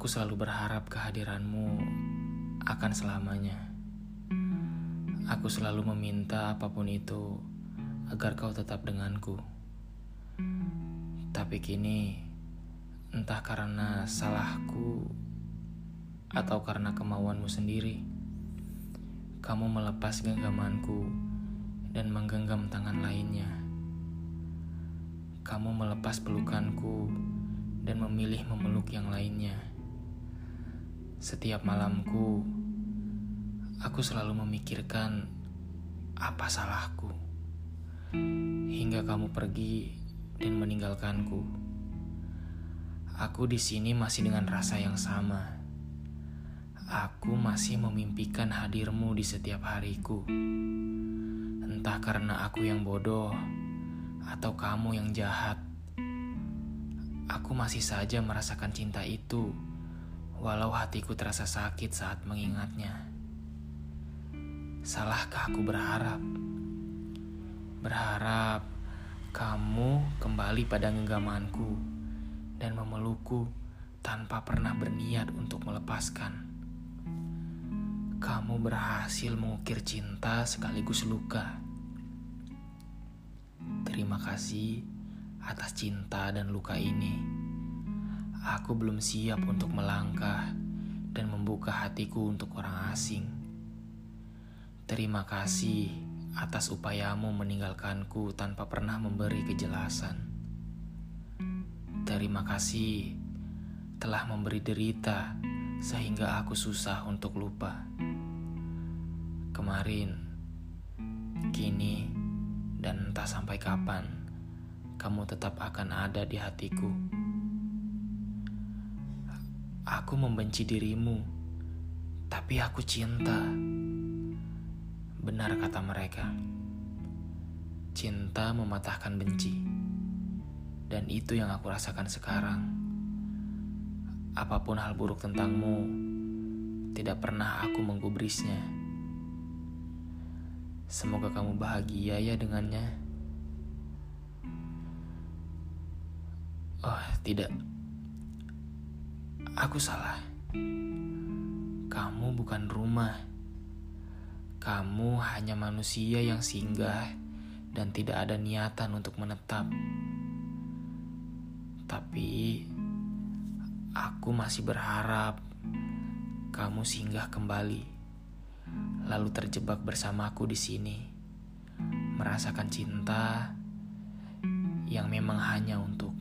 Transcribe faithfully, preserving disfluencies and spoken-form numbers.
Aku selalu berharap kehadiranmu akan selamanya. Aku selalu meminta apapun itu agar kau tetap denganku. Tapi kini, entah karena salahku atau karena kemauanmu sendiri, kamu melepas genggamanku dan menggenggam tangan lainnya. Kamu melepas pelukanku dan memilih memeluk yang lainnya. Setiap malamku, aku selalu memikirkan apa salahku, hingga kamu pergi dan meninggalkanku. Aku di sini masih dengan rasa yang sama. Aku masih memimpikan hadirmu di setiap hariku. Entah karena aku yang bodoh atau kamu yang jahat, aku masih saja merasakan cinta itu, walau hatiku terasa sakit saat mengingatnya. Salahkah aku berharap? Berharap kamu kembali pada genggamanku dan memelukku tanpa pernah berniat untuk melepaskan. Kamu berhasil mengukir cinta sekaligus luka. Terima kasih atas cinta dan luka ini. Aku belum siap untuk melangkah dan membuka hatiku untuk orang asing. Terima kasih atas upayamu meninggalkanku tanpa pernah memberi kejelasan. Terima kasih telah memberi derita sehingga aku susah untuk lupa. Kemarin, kini, dan entah sampai kapan, kamu tetap akan ada di hatiku. Aku membenci dirimu, tapi aku cinta. Benar kata mereka, cinta mematahkan benci. Dan itu yang aku rasakan sekarang. Apapun hal buruk tentangmu, tidak pernah aku menggubrisnya. Semoga kamu bahagia ya dengannya. Oh, tidak. Aku salah. Kamu bukan rumah. Kamu hanya manusia yang singgah dan tidak ada niatan untuk menetap. Tapi aku masih berharap kamu singgah kembali, lalu terjebak bersamaku di sini, merasakan cinta yang memang hanya untuk